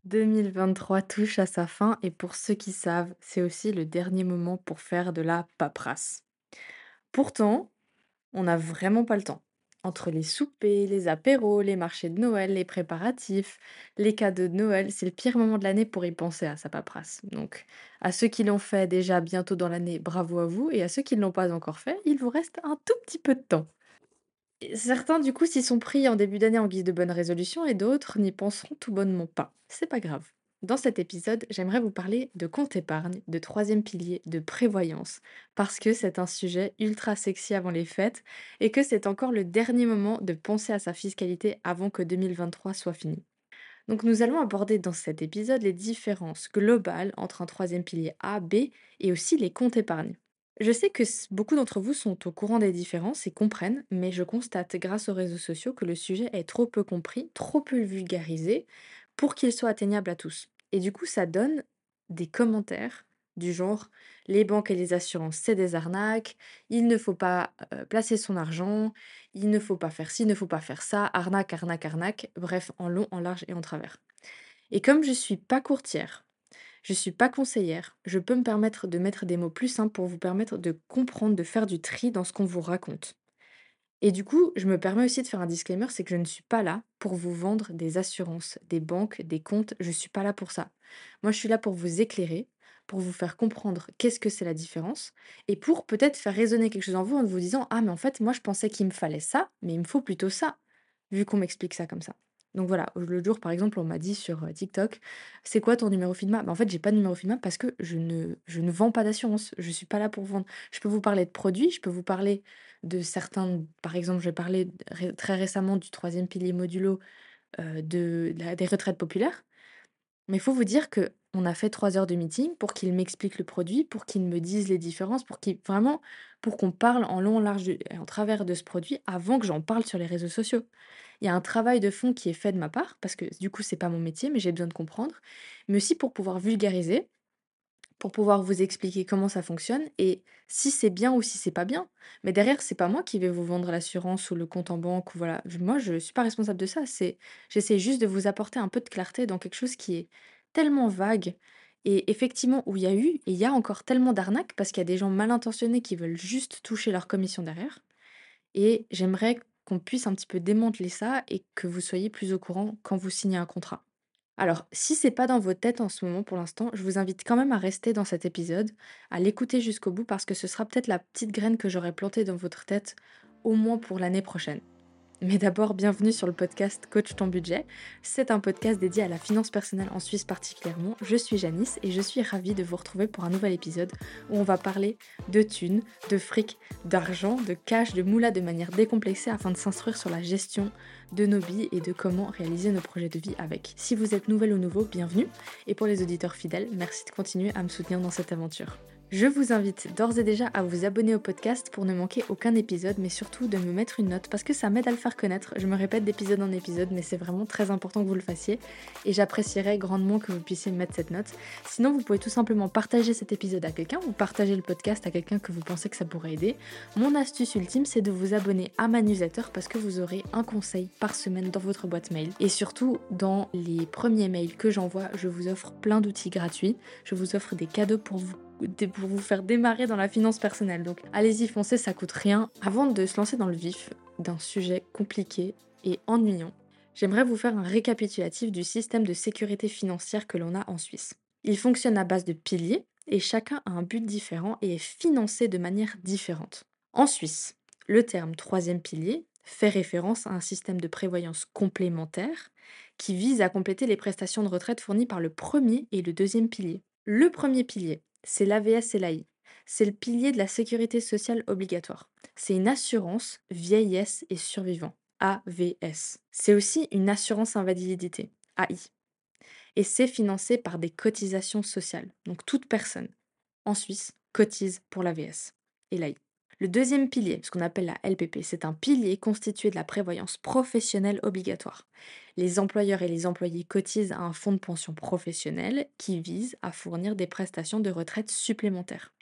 2023 touche à sa fin et pour ceux qui savent, c'est aussi le dernier moment pour faire de la paperasse. Pourtant, on n'a vraiment pas le temps. Entre les soupers, les apéros, les marchés de Noël, les préparatifs, les cadeaux de Noël, c'est le pire moment de l'année pour y penser à sa paperasse. Donc, à ceux qui l'ont fait déjà bientôt dans l'année, bravo à vous, et à ceux qui ne l'ont pas encore fait, il vous reste un tout petit peu de temps. Et certains, du coup, s'y sont pris en début d'année en guise de bonne résolution et d'autres n'y penseront tout bonnement pas. C'est pas grave. Dans cet épisode, j'aimerais vous parler de compte épargne, de troisième pilier, de prévoyance, parce que c'est un sujet ultra sexy avant les fêtes et que c'est encore le dernier moment de penser à sa fiscalité avant que 2023 soit fini. Donc nous allons aborder dans cet épisode les différences globales entre un troisième pilier A, B et aussi les comptes épargne. Je sais que beaucoup d'entre vous sont au courant des différences et comprennent, mais je constate grâce aux réseaux sociaux que le sujet est trop peu compris, trop peu vulgarisé pour qu'il soit atteignable à tous. Et du coup, ça donne des commentaires du genre les banques et les assurances, c'est des arnaques, il ne faut pas placer son argent, il ne faut pas faire ci, il ne faut pas faire ça, arnaque, arnaque, arnaque, bref, en long, en large et en travers. Et comme je suis pas courtière, je suis pas conseillère, je peux me permettre de mettre des mots plus simples pour vous permettre de comprendre, de faire du tri dans ce qu'on vous raconte. Et du coup, je me permets aussi de faire un disclaimer, c'est que je ne suis pas là pour vous vendre des assurances, des banques, des comptes, je suis pas là pour ça. Moi, je suis là pour vous éclairer, pour vous faire comprendre qu'est-ce que c'est la différence, et pour peut-être faire résonner quelque chose en vous en vous disant: «Ah mais en fait, moi je pensais qu'il me fallait ça, mais il me faut plutôt ça, vu qu'on m'explique ça comme ça». Donc voilà, le jour par exemple, on m'a dit sur, TikTok: «C'est quoi ton numéro FINMA?» Bah, en fait, j'ai pas de numéro FINMA parce que je ne vends pas d'assurance, je suis pas là pour vendre. Je peux vous parler de produits, je peux vous parler de certains, par exemple, j'ai parlé très récemment du troisième pilier modulo, des retraites populaires. Mais il faut vous dire que on a fait 3 heures de meeting pour qu'il m'explique le produit, pour qu'il me dise les différences, pour qu'on parle en long, en large et en travers de ce produit avant que j'en parle sur les réseaux sociaux. Il y a un travail de fond qui est fait de ma part, parce que du coup, c'est pas mon métier, mais j'ai besoin de comprendre, mais aussi pour pouvoir vulgariser, pour pouvoir vous expliquer comment ça fonctionne et si c'est bien ou si c'est pas bien. Mais derrière, c'est pas moi qui vais vous vendre l'assurance ou le compte en banque ou voilà. Moi, je suis pas responsable de ça. J'essaie juste de vous apporter un peu de clarté dans quelque chose qui est tellement vague et effectivement où il y a eu et il y a encore tellement d'arnaques parce qu'il y a des gens mal intentionnés qui veulent juste toucher leur commission derrière. Et j'aimerais qu'on puisse un petit peu démanteler ça et que vous soyez plus au courant quand vous signez un contrat. Alors, si c'est pas dans votre tête en ce moment pour l'instant, je vous invite quand même à rester dans cet épisode, à l'écouter jusqu'au bout parce que ce sera peut-être la petite graine que j'aurai plantée dans votre tête, au moins pour l'année prochaine. Mais d'abord, bienvenue sur le podcast Coach ton budget. C'est un podcast dédié à la finance personnelle en Suisse particulièrement. Je suis Janice et je suis ravie de vous retrouver pour un nouvel épisode où on va parler de thunes, de fric, d'argent, de cash, de moula de manière décomplexée afin de s'instruire sur la gestion de nos billes et de comment réaliser nos projets de vie avec. Si vous êtes nouvelle ou nouveau, bienvenue. Et pour les auditeurs fidèles, merci de continuer à me soutenir dans cette aventure. Je vous invite d'ores et déjà à vous abonner au podcast pour ne manquer aucun épisode, mais surtout de me mettre une note parce que ça m'aide à le faire connaître. Je me répète d'épisode en épisode, mais c'est vraiment très important que vous le fassiez et j'apprécierais grandement que vous puissiez me mettre cette note. Sinon, vous pouvez tout simplement partager cet épisode à quelqu'un ou partager le podcast à quelqu'un que vous pensez que ça pourrait aider. Mon astuce ultime, c'est de vous abonner à ma newsletter parce que vous aurez un conseil par semaine dans votre boîte mail. Et surtout, dans les premiers mails que j'envoie, je vous offre plein d'outils gratuits. Je vous offre des cadeaux pour vous faire démarrer dans la finance personnelle. Donc allez-y, foncez, ça coûte rien. Avant de se lancer dans le vif d'un sujet compliqué et ennuyant, j'aimerais vous faire un récapitulatif du système de sécurité financière que l'on a en Suisse. Il fonctionne à base de piliers et chacun a un but différent et est financé de manière différente. En Suisse, le terme troisième pilier fait référence à un système de prévoyance complémentaire qui vise à compléter les prestations de retraite fournies par le premier et le deuxième pilier. Le premier pilier, c'est l'AVS et l'AI. C'est le pilier de la sécurité sociale obligatoire. C'est une assurance vieillesse et survivant. AVS. C'est aussi une assurance invalidité. AI. Et c'est financé par des cotisations sociales. Donc toute personne en Suisse cotise pour l'AVS et l'AI. Le deuxième pilier, ce qu'on appelle la LPP, c'est un pilier constitué de la prévoyance professionnelle obligatoire. Les employeurs et les employés cotisent à un fonds de pension professionnel qui vise à fournir des prestations de retraite supplémentaires.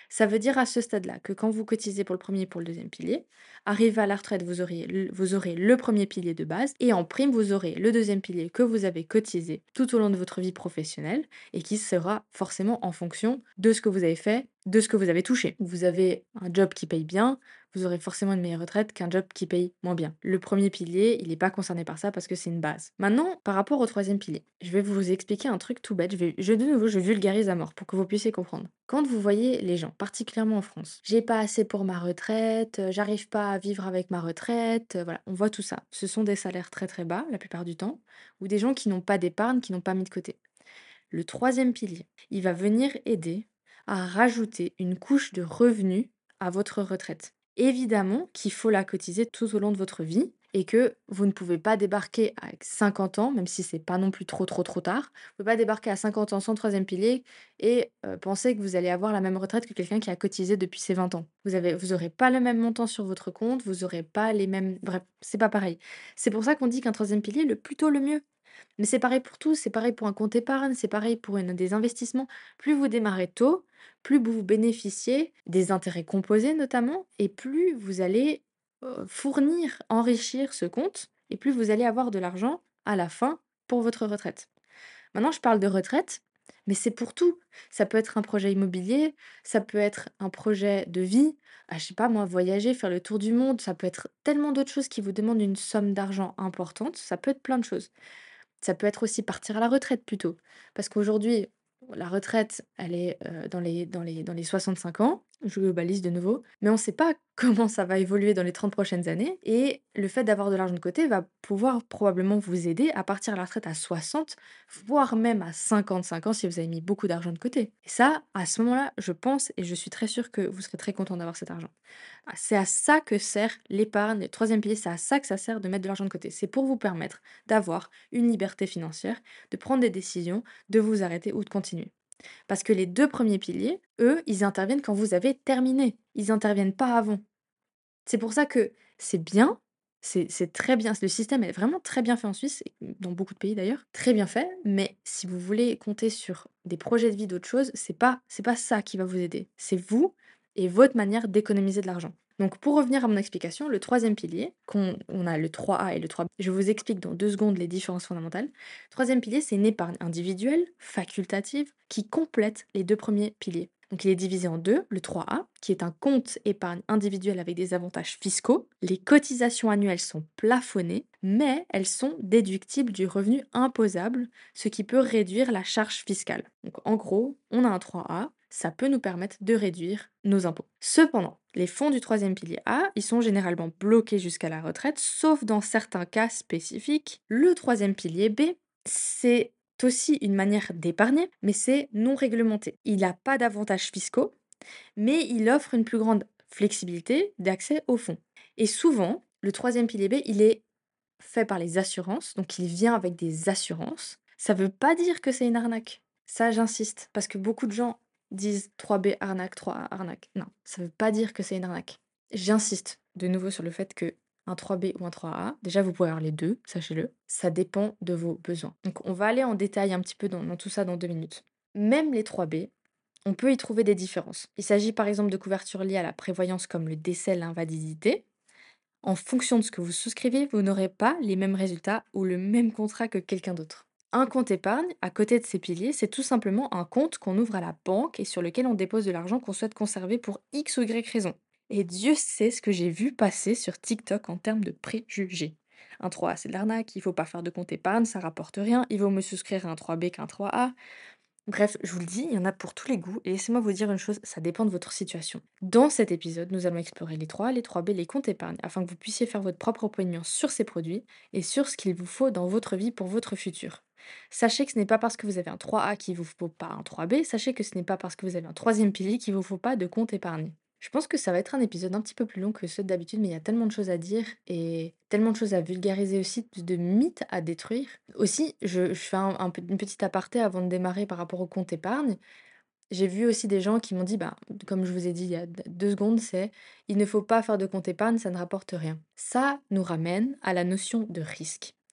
Ça veut dire à ce stade-là que quand vous cotisez pour le premier et pour le deuxième pilier, arrivé à la retraite, vous aurez le premier pilier de base et en prime, vous aurez le deuxième pilier que vous avez cotisé tout au long de votre vie professionnelle et qui sera forcément en fonction de ce que vous avez fait, de ce que vous avez touché. Vous avez un job qui paye bien, vous aurez forcément une meilleure retraite qu'un job qui paye moins bien. Le premier pilier, il n'est pas concerné par ça parce que c'est une base. Maintenant, par rapport au troisième pilier, je vais vous expliquer un truc tout bête. De nouveau, je vulgarise à mort pour que vous puissiez comprendre. Quand vous voyez les gens, particulièrement en France, j'ai pas assez pour ma retraite, j'arrive pas à vivre avec ma retraite, voilà, on voit tout ça. Ce sont des salaires très très bas la plupart du temps, ou des gens qui n'ont pas d'épargne, qui n'ont pas mis de côté. Le troisième pilier, il va venir aider à rajouter une couche de revenus à votre retraite. Évidemment qu'il faut la cotiser tout au long de votre vie et que vous ne pouvez pas débarquer à 50 ans, même si c'est pas non plus trop tard. Vous ne pouvez pas débarquer à 50 ans sans troisième pilier et penser que vous allez avoir la même retraite que quelqu'un qui a cotisé depuis ses 20 ans. Vous aurez pas le même montant sur votre compte, vous aurez pas les mêmes... Bref, c'est pas pareil. C'est pour ça qu'on dit qu'un troisième pilier, le plus tôt le mieux. Mais c'est pareil pour tout, c'est pareil pour un compte épargne, c'est pareil pour des investissements. Plus vous démarrez tôt, plus vous bénéficiez des intérêts composés notamment, et plus vous allez fournir, enrichir ce compte, et plus vous allez avoir de l'argent à la fin pour votre retraite. Maintenant, je parle de retraite, mais c'est pour tout. Ça peut être un projet immobilier, ça peut être un projet de vie, je sais pas moi, voyager, faire le tour du monde, ça peut être tellement d'autres choses qui vous demandent une somme d'argent importante, ça peut être plein de choses. Ça peut être aussi partir à la retraite plutôt. Parce qu'aujourd'hui, la retraite, elle est, dans les 65 ans. Je globalise de nouveau, mais on ne sait pas comment ça va évoluer dans les 30 prochaines années et le fait d'avoir de l'argent de côté va pouvoir probablement vous aider à partir à la retraite à 60, voire même à 55 ans si vous avez mis beaucoup d'argent de côté. Et ça, à ce moment-là, je pense et je suis très sûre que vous serez très content d'avoir cet argent. Ah, c'est à ça que sert l'épargne, le troisième pilier, c'est à ça que ça sert de mettre de l'argent de côté. C'est pour vous permettre d'avoir une liberté financière, de prendre des décisions, de vous arrêter ou de continuer. Parce que les 2 premiers piliers, eux, ils interviennent quand vous avez terminé. Ils interviennent pas avant. C'est pour ça que c'est bien, c'est très bien. Le système est vraiment très bien fait en Suisse et dans beaucoup de pays d'ailleurs, très bien fait, mais si vous voulez compter sur des projets de vie, d'autres choses, c'est pas ça qui va vous aider. C'est vous et votre manière d'économiser de l'argent. Donc pour revenir à mon explication, le troisième pilier, on a le 3A et le 3B. Je vous explique dans 2 secondes les différences fondamentales. Troisième pilier, c'est une épargne individuelle, facultative, qui complète les 2 premiers piliers. Donc il est divisé en deux, le 3A, qui est un compte épargne individuel avec des avantages fiscaux. Les cotisations annuelles sont plafonnées, mais elles sont déductibles du revenu imposable, ce qui peut réduire la charge fiscale. Donc en gros, on a un 3A, ça peut nous permettre de réduire nos impôts. Cependant, les fonds du troisième pilier A, ils sont généralement bloqués jusqu'à la retraite, sauf dans certains cas spécifiques. Le troisième pilier B, c'est aussi une manière d'épargner, mais c'est non réglementé. Il n'a pas d'avantages fiscaux, mais il offre une plus grande flexibilité d'accès aux fonds. Et souvent, le troisième pilier B, il est fait par les assurances, donc il vient avec des assurances. Ça ne veut pas dire que c'est une arnaque. Ça, j'insiste, parce que beaucoup de gens disent 3B arnaque, 3A arnaque. Non, ça ne veut pas dire que c'est une arnaque. J'insiste de nouveau sur le fait que un 3B ou un 3A, déjà vous pouvez avoir les deux, sachez-le, ça dépend de vos besoins. Donc on va aller en détail un petit peu dans tout ça dans 2 minutes. Même les 3B, on peut y trouver des différences. Il s'agit par exemple de couvertures liées à la prévoyance comme le décès, l'invalidité. En fonction de ce que vous souscrivez, vous n'aurez pas les mêmes résultats ou le même contrat que quelqu'un d'autre. Un compte épargne, à côté de ces piliers, c'est tout simplement un compte qu'on ouvre à la banque et sur lequel on dépose de l'argent qu'on souhaite conserver pour X ou Y raison. Et Dieu sait ce que j'ai vu passer sur TikTok en termes de préjugés. Un 3A, c'est de l'arnaque, il faut pas faire de compte épargne, ça rapporte rien, il vaut mieux souscrire à un 3B qu'un 3A. Bref, je vous le dis, il y en a pour tous les goûts, et laissez-moi vous dire une chose, ça dépend de votre situation. Dans cet épisode, nous allons explorer les 3A, les 3B, les comptes épargne, afin que vous puissiez faire votre propre opinion sur ces produits et sur ce qu'il vous faut dans votre vie pour votre futur. Sachez que ce n'est pas parce que vous avez un 3A qu'il vous faut pas un 3B, sachez que ce n'est pas parce que vous avez un troisième pilier qu'il vous faut pas de compte épargne. Je pense que ça va être un épisode un petit peu plus long que ceux d'habitude, mais il y a tellement de choses à dire et tellement de choses à vulgariser aussi, de mythes à détruire. Aussi, je fais une petite aparté avant de démarrer par rapport au compte épargne. J'ai vu aussi des gens qui m'ont dit, bah, comme je vous ai dit il y a 2 secondes, c'est il ne faut pas faire de compte épargne, ça ne rapporte rien. Ça nous ramène à la notion de risque.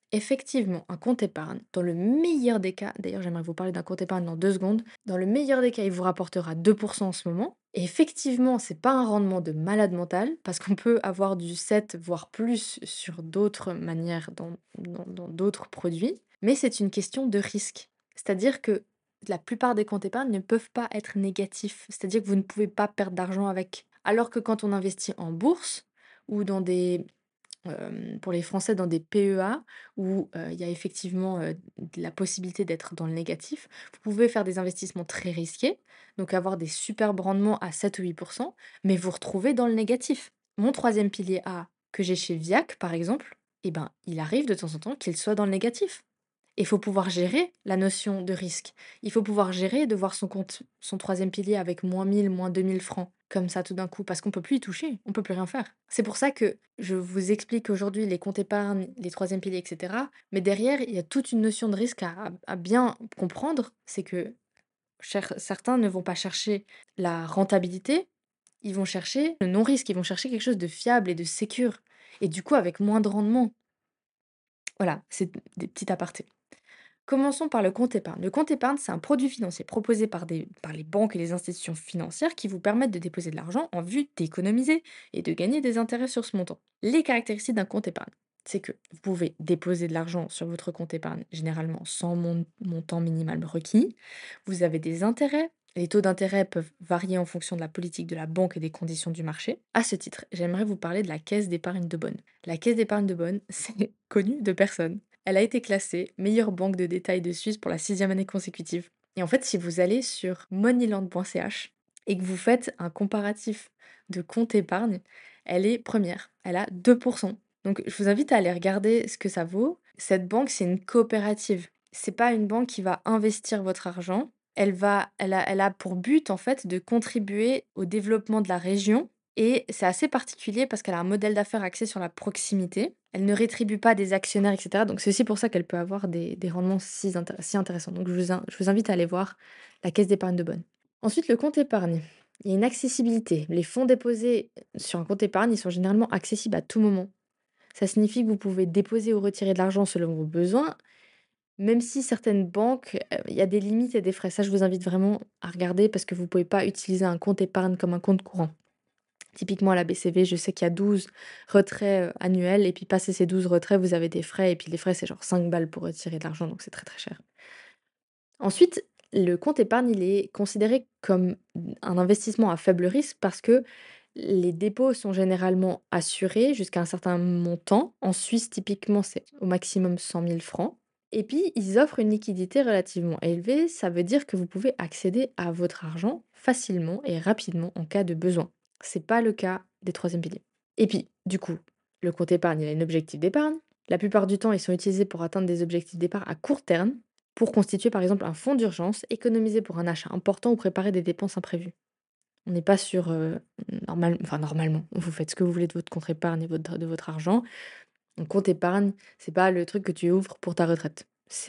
Effectivement, un compte épargne, dans le meilleur des cas, d'ailleurs j'aimerais vous parler d'un compte épargne dans 2 secondes, dans le meilleur des cas, il vous rapportera 2% en ce moment. Et effectivement, c'est pas un rendement de malade mental, parce qu'on peut avoir du 7 voire plus sur d'autres manières dans d'autres produits, mais c'est une question de risque. C'est-à-dire que la plupart des comptes épargne ne peuvent pas être négatifs, c'est-à-dire que vous ne pouvez pas perdre d'argent avec. Alors que quand on investit en bourse ou dans des pour les Français dans des PEA où, il y a effectivement, de la possibilité d'être dans le négatif. Vous pouvez faire des investissements très risqués, donc avoir des superbes rendements à 7 ou 8, mais vous retrouver dans le négatif. Mon troisième pilier A que j'ai chez Viac, par exemple, eh ben, il arrive de temps en temps qu'il soit dans le négatif. Il faut pouvoir gérer la notion de risque. Il faut pouvoir gérer de voir son compte, son troisième pilier avec moins 1000, moins 2000 francs, comme ça tout d'un coup, parce qu'on peut plus y toucher, on peut plus rien faire. C'est pour ça que je vous explique aujourd'hui les comptes épargne, les troisième piliers, etc. Mais derrière, il y a toute une notion de risque à bien comprendre. C'est que certains ne vont pas chercher la rentabilité, ils vont chercher le non-risque, ils vont chercher quelque chose de fiable et de sécure. Et du coup, avec moins de rendement. Voilà, c'est des petits apartés. Commençons par le compte épargne. Le compte épargne, c'est un produit financier proposé par les banques et les institutions financières qui vous permettent de déposer de l'argent en vue d'économiser et de gagner des intérêts sur ce montant. Les caractéristiques d'un compte épargne, c'est que vous pouvez déposer de l'argent sur votre compte épargne, généralement sans montant minimal requis. Vous avez des intérêts. Les taux d'intérêt peuvent varier en fonction de la politique de la banque et des conditions du marché. À ce titre, j'aimerais vous parler de la caisse d'épargne de Bonn. La caisse d'épargne de Bonn, c'est connu de personne. Elle a été classée meilleure banque de détail de Suisse pour la sixième année consécutive. Et en fait, si vous allez sur moneyland.ch et que vous faites un comparatif de compte épargne, elle est première. Elle a 2%. Donc, je vous invite à aller regarder ce que ça vaut. Cette banque, c'est une coopérative. C'est pas une banque qui va investir votre argent. Elle a pour but, en fait, de contribuer au développement de la région et c'est assez particulier parce qu'elle a un modèle d'affaires axé sur la proximité. Elle ne rétribue pas des actionnaires, etc. Donc c'est aussi pour ça qu'elle peut avoir des rendements si intéressants. Donc je vous invite à aller voir la caisse d'épargne de Bonne. Ensuite, le compte épargne. Il y a une accessibilité. Les fonds déposés sur un compte épargne, ils sont généralement accessibles à tout moment. Ça signifie que vous pouvez déposer ou retirer de l'argent selon vos besoins, même si certaines banques, il y a des limites et des frais. Ça, je vous invite vraiment à regarder parce que vous ne pouvez pas utiliser un compte épargne comme un compte courant. Typiquement à la BCV, je sais qu'il y a 12 retraits, annuels et puis passé ces 12 retraits, vous avez des frais et puis les frais, c'est genre 5 balles pour retirer de l'argent, donc c'est très, très cher. Ensuite, le compte épargne, il est considéré comme un investissement à faible risque parce que les dépôts sont généralement assurés jusqu'à un certain montant. En Suisse, typiquement, c'est au maximum 100 000 francs. Et puis, ils offrent une liquidité relativement élevée. Ça veut dire que vous pouvez accéder à votre argent facilement et rapidement en cas de besoin. C'est pas le cas des troisième piliers. Et puis, du coup, le compte épargne, il a un objectif d'épargne. La plupart du temps, ils sont utilisés pour atteindre des objectifs d'épargne à court terme, pour constituer par exemple un fonds d'urgence, économiser pour un achat important ou préparer des dépenses imprévues. On n'est pas sur, normalement, vous faites ce que vous voulez de votre compte épargne et de votre argent. Un compte épargne, c'est pas le truc que tu ouvres pour ta retraite.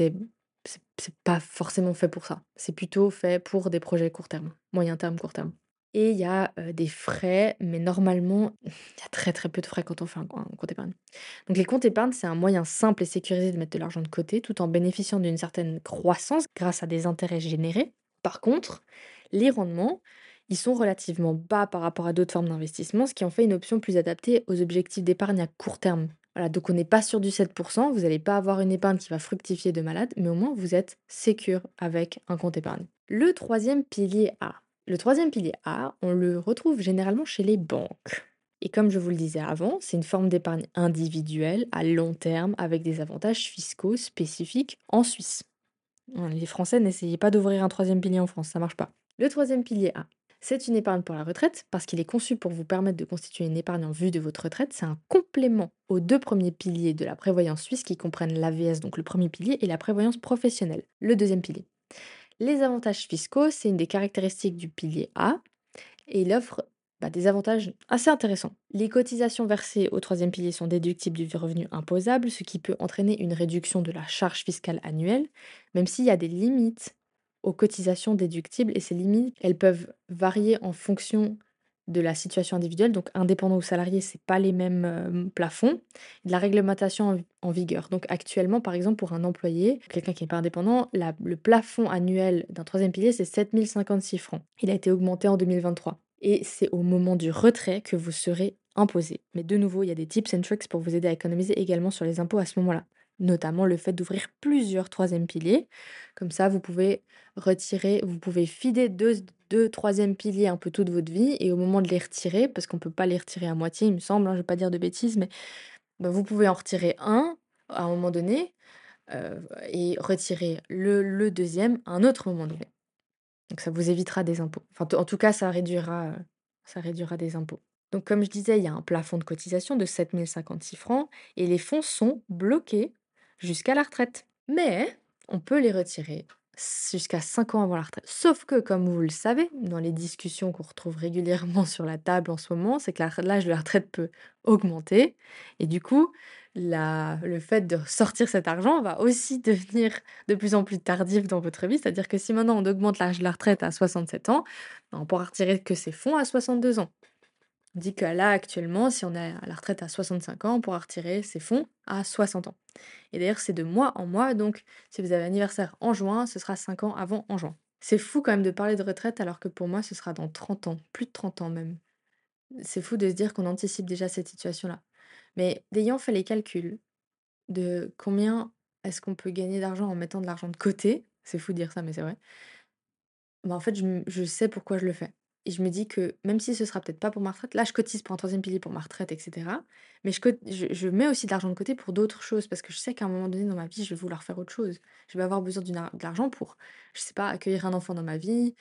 C'est pas forcément fait pour ça. C'est plutôt fait pour des projets court terme, moyen terme, court terme. Et il y a, des frais, mais normalement, il y a très, très peu de frais quand on fait un compte épargne. Donc les comptes épargne, c'est un moyen simple et sécurisé de mettre de l'argent de côté, tout en bénéficiant d'une certaine croissance grâce à des intérêts générés. Par contre, les rendements, ils sont relativement bas par rapport à d'autres formes d'investissement, ce qui en fait une option plus adaptée aux objectifs d'épargne à court terme. Voilà, donc on n'est pas sur du 7%, vous n'allez pas avoir une épargne qui va fructifier de malade, mais au moins vous êtes sécure avec un compte épargne. Le troisième pilier A. Le troisième pilier A, on le retrouve généralement chez les banques. Et comme je vous le disais avant, c'est une forme d'épargne individuelle à long terme avec des avantages fiscaux spécifiques en Suisse. Les Français, n'essayez pas d'ouvrir un troisième pilier en France, ça marche pas. Le troisième pilier A, c'est une épargne pour la retraite parce qu'il est conçu pour vous permettre de constituer une épargne en vue de votre retraite. C'est un complément aux deux premiers piliers de la prévoyance suisse qui comprennent l'AVS, donc le premier pilier, et la prévoyance professionnelle, le deuxième pilier. Les avantages fiscaux, c'est une des caractéristiques du pilier A et il offre des avantages assez intéressants. Les cotisations versées au troisième pilier sont déductibles du revenu imposable, ce qui peut entraîner une réduction de la charge fiscale annuelle, même s'il y a des limites aux cotisations déductibles et ces limites, elles peuvent varier en fonction de la situation individuelle, donc indépendant ou salarié, c'est pas les mêmes, plafonds, de la réglementation en vigueur. Donc actuellement, par exemple, pour un employé, quelqu'un qui n'est pas indépendant, le plafond annuel d'un troisième pilier, c'est 7 056 francs. Il a été augmenté en 2023 et c'est au moment du retrait que vous serez imposé. Mais de nouveau, il y a des tips and tricks pour vous aider à économiser également sur les impôts à ce moment-là, notamment le fait d'ouvrir plusieurs troisièmes piliers. Comme ça, vous pouvez fider deux troisièmes piliers un peu toute votre vie et au moment de les retirer, parce qu'on peut pas les retirer à moitié, il me semble, hein, je vais pas dire de bêtises, mais bah, vous pouvez en retirer un à un moment donné, et retirer le 2e à un autre moment donné. Donc ça vous évitera des impôts. Enfin, en tout cas, ça réduira des impôts. Donc comme je disais, il y a un plafond de cotisation de 7 056 francs et les fonds sont bloqués jusqu'à la retraite. Mais on peut les retirer jusqu'à 5 ans avant la retraite. Sauf que, comme vous le savez, dans les discussions qu'on retrouve régulièrement sur la table en ce moment, c'est que l'âge de la retraite peut augmenter. Et du coup, le fait de sortir cet argent va aussi devenir de plus en plus tardif dans votre vie. C'est-à-dire que si maintenant on augmente l'âge de la retraite à 67 ans, ben, on pourra retirer que ses fonds à 62 ans. On dit que là, actuellement, si on est à la retraite à 65 ans, on pourra retirer ses fonds à 60 ans. Et d'ailleurs, c'est de mois en mois, donc si vous avez anniversaire en juin, ce sera 5 ans avant en juin. C'est fou quand même de parler de retraite alors que pour moi, ce sera dans 30 ans, plus de 30 ans même. C'est fou de se dire qu'on anticipe déjà cette situation-là. Mais ayant fait les calculs de combien est-ce qu'on peut gagner d'argent en mettant de l'argent de côté, c'est fou de dire ça, mais c'est vrai. Bah, en fait, je sais pourquoi je le fais et je me dis que même si ce sera peut-être pas pour ma retraite, là, je cotise pour un troisième pilier pour ma retraite et cetera, mais je mets aussi de l'argent de côté pour d'autres choses parce que je sais qu'à un moment donné dans ma vie, je vais vouloir faire autre chose. Je vais avoir besoin de l'argent pour, je sais pas, accueillir un enfant dans ma vie,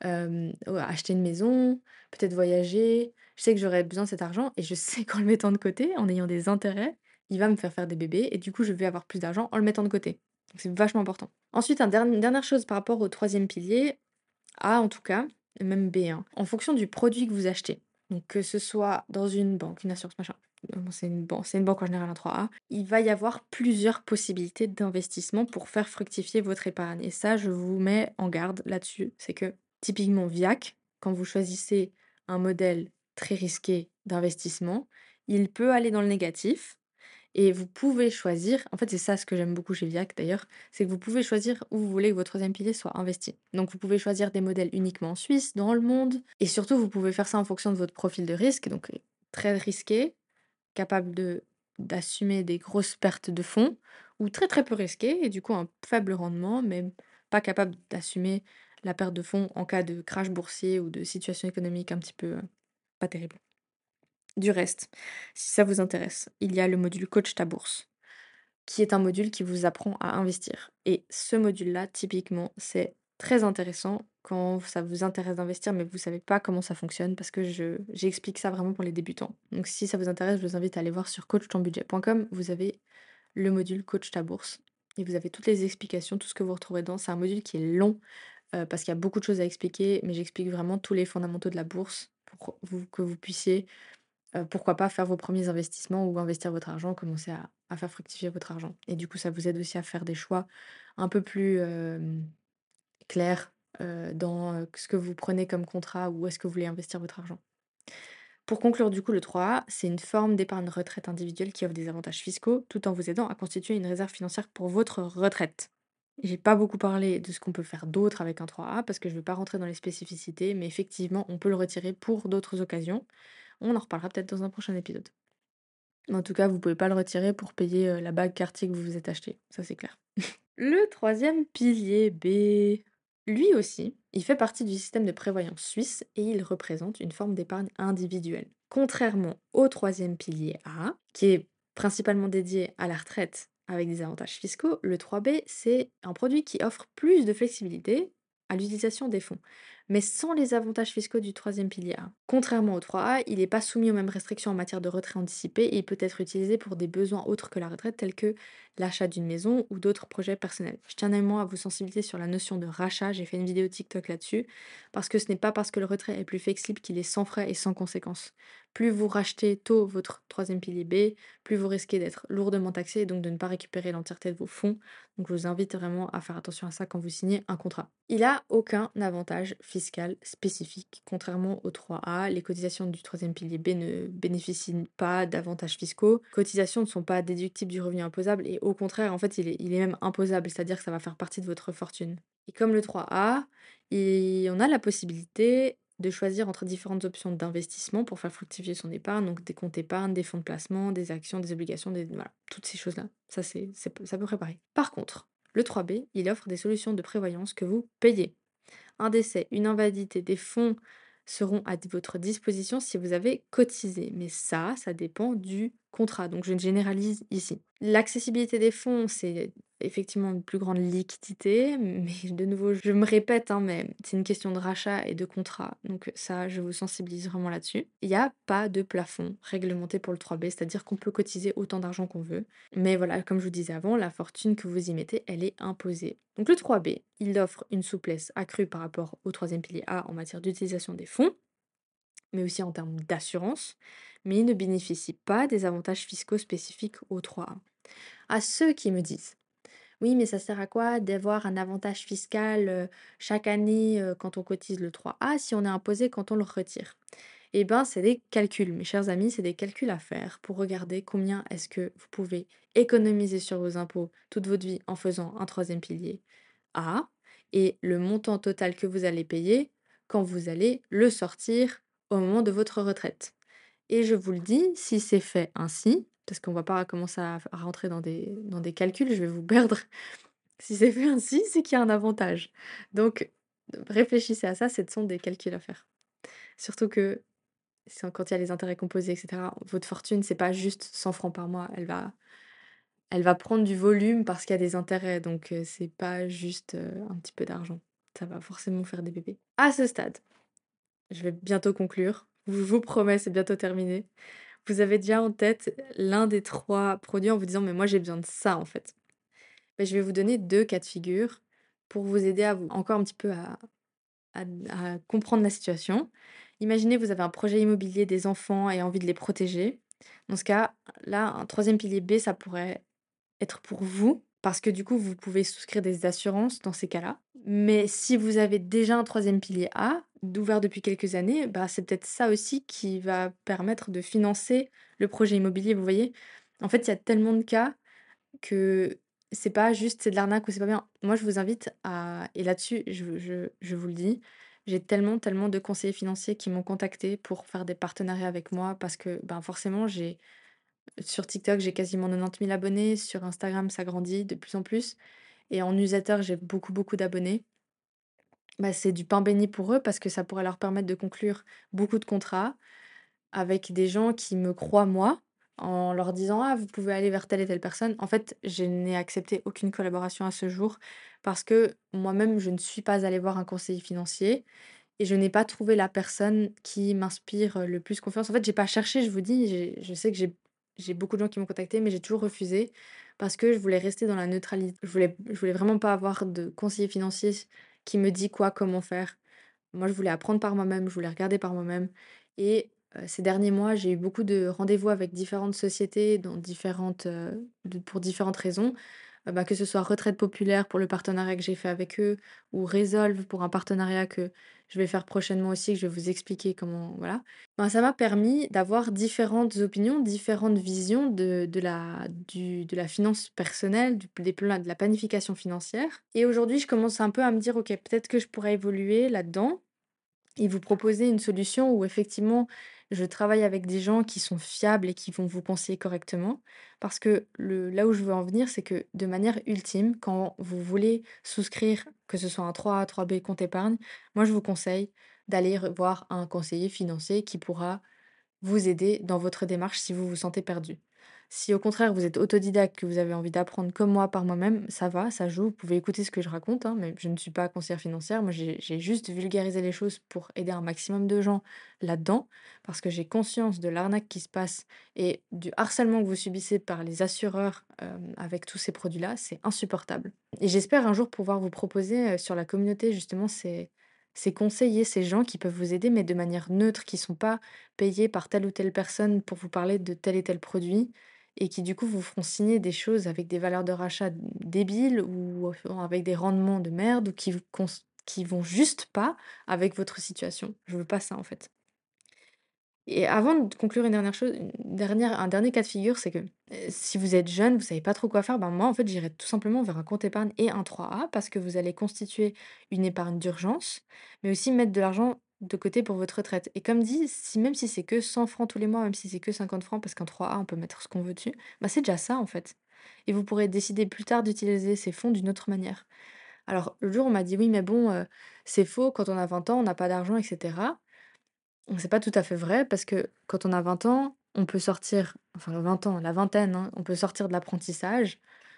ou acheter une maison, peut-être voyager. Je sais que j'aurai besoin de cet argent et je sais qu'en le mettant de côté, en ayant des intérêts, il va me faire des bébés et du coup, je vais avoir plus d'argent en le mettant de côté. Donc c'est vachement important. Ensuite, une dernière chose par rapport au troisième pilier, A en tout cas, et même B, hein, en fonction du produit que vous achetez. Donc que ce soit dans une banque, une assurance, machin, bon, c'est une banque en général un 3A, il va y avoir plusieurs possibilités d'investissement pour faire fructifier votre épargne. Et ça, je vous mets en garde là-dessus. C'est que typiquement VIAC, quand vous choisissez un modèle très risqué d'investissement, il peut aller dans le négatif et vous pouvez choisir, en fait, c'est ça ce que j'aime beaucoup chez Viac d'ailleurs, c'est que vous pouvez choisir où vous voulez que votre troisième pilier soit investi. Donc vous pouvez choisir des modèles uniquement en Suisse, dans le monde, et surtout vous pouvez faire ça en fonction de votre profil de risque, donc très risqué, capable d'assumer des grosses pertes de fonds, ou très très peu risqué, et du coup un faible rendement, mais pas capable d'assumer la perte de fonds en cas de crash boursier ou de situation économique un petit peu pas terrible. Du reste, si ça vous intéresse, il y a le module Coach ta bourse qui est un module qui vous apprend à investir. Et ce module-là, typiquement, c'est très intéressant quand ça vous intéresse d'investir, mais vous savez pas comment ça fonctionne, parce que j'explique ça vraiment pour les débutants. Donc si ça vous intéresse, je vous invite à aller voir sur coachtonbudget.com. Vous avez le module Coach ta bourse. Et vous avez toutes les explications, tout ce que vous retrouverez dedans. C'est un module qui est long, parce qu'il y a beaucoup de choses à expliquer, mais j'explique vraiment tous les fondamentaux de la bourse pour que vous puissiez pourquoi pas faire vos premiers investissements ou investir votre argent, commencer à faire fructifier votre argent. Et du coup, ça vous aide aussi à faire des choix un peu plus, clairs, dans, ce que vous prenez comme contrat, où est-ce que vous voulez investir votre argent. Pour conclure, du coup, le 3A, c'est une forme d'épargne retraite individuelle qui offre des avantages fiscaux, tout en vous aidant à constituer une réserve financière pour votre retraite. J'ai pas beaucoup parlé de ce qu'on peut faire d'autre avec un 3A parce que je ne vais pas rentrer dans les spécificités, mais effectivement, on peut le retirer pour d'autres occasions. On en reparlera peut-être dans un prochain épisode. Mais en tout cas, vous pouvez pas le retirer pour payer, la bague Cartier que vous vous êtes acheté, ça c'est clair. Le troisième pilier B, lui aussi, il fait partie du système de prévoyance suisse et il représente une forme d'épargne individuelle. Contrairement au troisième pilier A, qui est principalement dédié à la retraite avec des avantages fiscaux, le 3B, c'est un produit qui offre plus de flexibilité à l'utilisation des fonds, mais sans les avantages fiscaux du troisième pilier A. Contrairement au 3A, il n'est pas soumis aux mêmes restrictions en matière de retrait anticipé et il peut être utilisé pour des besoins autres que la retraite, tels que l'achat d'une maison ou d'autres projets personnels. Je tiens également à vous sensibiliser sur la notion de rachat, j'ai fait une vidéo TikTok là-dessus, parce que ce n'est pas parce que le retrait est plus flexible qu'il est sans frais et sans conséquences. Plus vous rachetez tôt votre troisième pilier B, plus vous risquez d'être lourdement taxé et donc de ne pas récupérer l'entièreté de vos fonds. Donc je vous invite vraiment à faire attention à ça quand vous signez un contrat. Il a aucun avantage fiscal spécifique. Contrairement au 3A, les cotisations du troisième pilier B ne bénéficient pas d'avantages fiscaux. Les cotisations ne sont pas déductibles du revenu imposable et au contraire, en fait, il est même imposable, c'est-à-dire que ça va faire partie de votre fortune. Et comme le 3A, on a la possibilité de choisir entre différentes options d'investissement pour faire fructifier son épargne, donc des comptes épargne, des fonds de placement, des actions, des obligations, voilà, toutes ces choses-là. Ça, c'est à peu près pareil. Par contre, le 3B, il offre des solutions de prévoyance que vous payez. Un décès, une invalidité, des fonds seront à votre disposition si vous avez cotisé. Mais ça dépend du contrat. Donc je généralise ici. L'accessibilité des fonds, c'est effectivement une plus grande liquidité, mais de nouveau, je me répète, hein, mais c'est une question de rachat et de contrat. Donc ça, je vous sensibilise vraiment là-dessus. Il n'y a pas de plafond réglementé pour le 3B, c'est-à-dire qu'on peut cotiser autant d'argent qu'on veut. Mais voilà, comme je vous disais avant, la fortune que vous y mettez, elle est imposée. Donc le 3B, il offre une souplesse accrue par rapport au troisième pilier A en matière d'utilisation des fonds, mais aussi en termes d'assurance, mais il ne bénéficie pas des avantages fiscaux spécifiques au 3A. À ceux qui me disent, oui, mais ça sert à quoi d'avoir un avantage fiscal chaque année quand on cotise le 3A si on est imposé quand on le retire? Eh ben, c'est des calculs, mes chers amis, c'est des calculs à faire pour regarder combien est-ce que vous pouvez économiser sur vos impôts toute votre vie en faisant un troisième pilier A et le montant total que vous allez payer quand vous allez le sortir au moment de votre retraite. Et je vous le dis, si c'est fait ainsi, parce qu'on va pas commencer à rentrer dans des calculs, je vais vous perdre. Si c'est fait ainsi, c'est qu'il y a un avantage. Donc, réfléchissez à ça, ce sont des calculs à faire. Surtout que quand il y a les intérêts composés, et cetera, votre fortune, c'est pas juste 100 francs par mois, elle va prendre du volume parce qu'il y a des intérêts, donc c'est pas juste, un petit peu d'argent. Ça va forcément faire des bébés. À ce stade, je vais bientôt conclure. Je vous promets, c'est bientôt terminé. Vous avez déjà en tête l'un des 3 produits en vous disant: «Mais moi j'ai besoin de ça en fait». Beh, je vais vous donner 2 cas de figure pour vous aider à vous encore un petit peu à comprendre la situation. Imaginez, vous avez un projet immobilier, des enfants et envie de les protéger. Dans ce cas, là, un troisième pilier B, ça pourrait être pour vous, parce que du coup, vous pouvez souscrire des assurances dans ces cas-là. Mais si vous avez déjà un troisième pilier A, d'ouvert depuis quelques années, bah, c'est peut-être ça aussi qui va permettre de financer le projet immobilier, vous voyez? En fait, il y a tellement de cas que c'est pas juste c'est de l'arnaque ou c'est pas bien. Moi, je vous invite à et là-dessus, je vous le dis, j'ai tellement, tellement de conseillers financiers qui m'ont contacté pour faire des partenariats avec moi parce que, ben, forcément, j'ai sur TikTok, j'ai quasiment 90 000 abonnés, sur Instagram, ça grandit de plus en plus et en newsletter, j'ai beaucoup, beaucoup d'abonnés. Bah, c'est du pain béni pour eux parce que ça pourrait leur permettre de conclure beaucoup de contrats avec des gens qui me croient moi, en leur disant: «Ah, vous pouvez aller vers telle et telle personne». En fait, je n'ai accepté aucune collaboration à ce jour parce que moi-même, je ne suis pas allée voir un conseiller financier et je n'ai pas trouvé la personne qui m'inspire, le plus confiance. En fait, j'ai pas cherché, je vous dis, je sais que j'ai beaucoup de gens qui m'ont contactée, mais j'ai toujours refusé parce que je voulais rester dans la neutralité. Je voulais vraiment pas avoir de conseiller financier qui me dit quoi, comment faire. Moi, je voulais apprendre par moi-même, je voulais regarder par moi-même et ces derniers mois, j'ai eu beaucoup de rendez-vous avec différentes sociétés dans différentes, pour différentes raisons. Bah, que ce soit Retraite Populaire pour le partenariat que j'ai fait avec eux ou Resolve pour un partenariat que je vais faire prochainement aussi, que je vais vous expliquer comment voilà. Ben, ça m'a permis d'avoir différentes opinions, différentes visions de la finance personnelle, de la planification financière et aujourd'hui, je commence un peu à me dire: «OK, peut-être que je pourrais évoluer là-dedans» et vous proposer une solution où effectivement je travaille avec des gens qui sont fiables et qui vont vous conseiller correctement. Parce que là où je veux en venir, c'est que de manière ultime, quand vous voulez souscrire, que ce soit un 3A, 3B compte épargne, moi je vous conseille d'aller voir un conseiller financier qui pourra vous aider dans votre démarche si vous vous sentez perdu. Si au contraire vous êtes autodidacte, que vous avez envie d'apprendre comme moi par moi-même, ça va, ça joue, vous pouvez écouter ce que je raconte, hein, mais je ne suis pas conseillère financière, moi j'ai juste vulgarisé les choses pour aider un maximum de gens là-dedans, parce que j'ai conscience de l'arnaque qui se passe et du harcèlement que vous subissez par les assureurs avec tous ces produits-là, c'est insupportable. Et j'espère un jour pouvoir vous proposer sur la communauté justement ces conseillers, ces gens qui peuvent vous aider, mais de manière neutre, qui sont pas payés par telle ou telle personne pour vous parler de tel et tel produit et qui du coup vous feront signer des choses avec des valeurs de rachat débiles ou avec des rendements de merde ou qui vont juste pas avec votre situation. Je veux pas ça, en fait. Et avant de conclure un dernier cas de figure, c'est que si vous êtes jeune, vous savez pas trop quoi faire, ben moi en fait j'irais tout simplement vers un compte épargne et un 3A parce que vous allez constituer une épargne d'urgence, mais aussi mettre de l'argent de côté pour votre retraite. Et comme dit, si, même si c'est que 100 francs tous les mois, même si c'est que 50 francs, parce qu'un 3A on peut mettre ce qu'on veut dessus, bah c'est déjà ça en fait. Et vous pourrez décider plus tard d'utiliser ces fonds d'une autre manière. Alors le jour on m'a dit oui mais bon, c'est faux, quand on a 20 ans on n'a pas d'argent, etc. C'est pas tout à fait vrai parce que quand on a 20 ans, on peut sortir, enfin 20 ans, la vingtaine, hein, on peut sortir de l'apprentissage,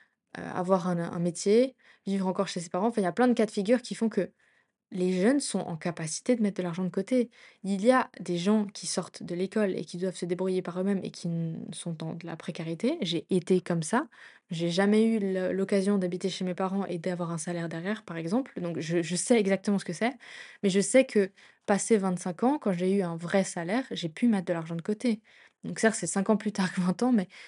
avoir un métier, vivre encore chez ses parents. Enfin, il y a plein de cas de figure qui font que les jeunes sont en capacité de mettre de l'argent de côté. Il y a des gens qui sortent de l'école et qui doivent se débrouiller par eux-mêmes et qui sont dans de la précarité. J'ai été comme ça. J'ai jamais eu l'occasion d'habiter chez mes parents et d'avoir un salaire derrière, par exemple. Donc je sais exactement ce que c'est. Mais je sais que passé 25 ans, quand j'ai eu un vrai salaire, j'ai pu mettre de l'argent de côté. Donc certes, c'est 5 ans plus tard que 20 ans, mais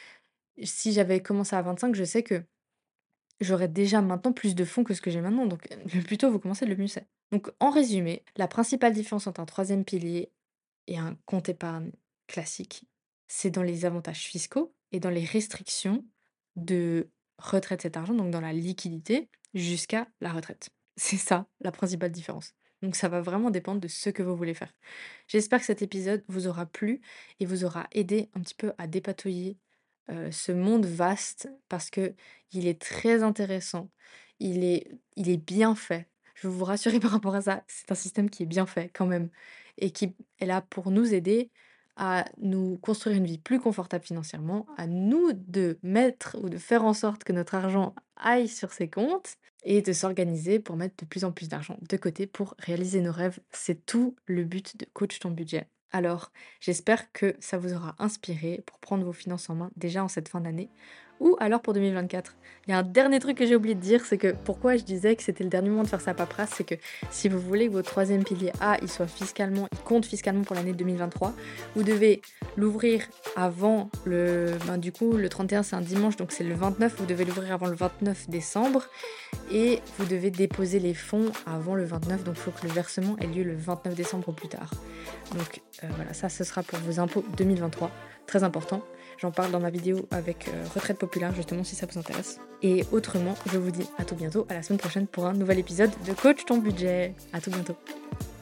si j'avais commencé à 25, je sais que j'aurais déjà maintenant plus de fonds que ce que j'ai maintenant, donc le plus tôt vous commencez, le mieux c'est. Donc en résumé, la principale différence entre un troisième pilier et un compte épargne classique, c'est dans les avantages fiscaux et dans les restrictions de retrait de cet argent, donc dans la liquidité jusqu'à la retraite. C'est ça la principale différence. Donc ça va vraiment dépendre de ce que vous voulez faire. J'espère que cet épisode vous aura plu et vous aura aidé un petit peu à dépatouiller ce monde vaste parce que il est très intéressant. Il est bien fait. Je veux vous rassurer par rapport à ça. C'est un système qui est bien fait quand même et qui est là pour nous aider à nous construire une vie plus confortable financièrement, à nous de mettre ou de faire en sorte que notre argent aille sur ces comptes et de s'organiser pour mettre de plus en plus d'argent de côté pour réaliser nos rêves. C'est tout le but de Coach ton budget. Alors, j'espère que ça vous aura inspiré pour prendre vos finances en main déjà en cette fin d'année ou alors pour 2024. Il y a un dernier truc que j'ai oublié de dire, c'est que pourquoi je disais que c'était le dernier moment de faire sa paperasse, c'est que si vous voulez que votre troisième pilier A, il compte fiscalement pour l'année 2023, vous devez l'ouvrir avant le 31 c'est un dimanche, donc c'est le 29, vous devez l'ouvrir avant le 29 décembre et vous devez déposer les fonds avant le 29, donc il faut que le versement ait lieu le 29 décembre au plus tard. Donc voilà, ça ce sera pour vos impôts 2023, très important. J'en parle dans ma vidéo avec Retraite Populaire, justement, si ça vous intéresse. Et autrement, je vous dis à tout bientôt, à la semaine prochaine pour un nouvel épisode de Coach ton budget. À tout bientôt.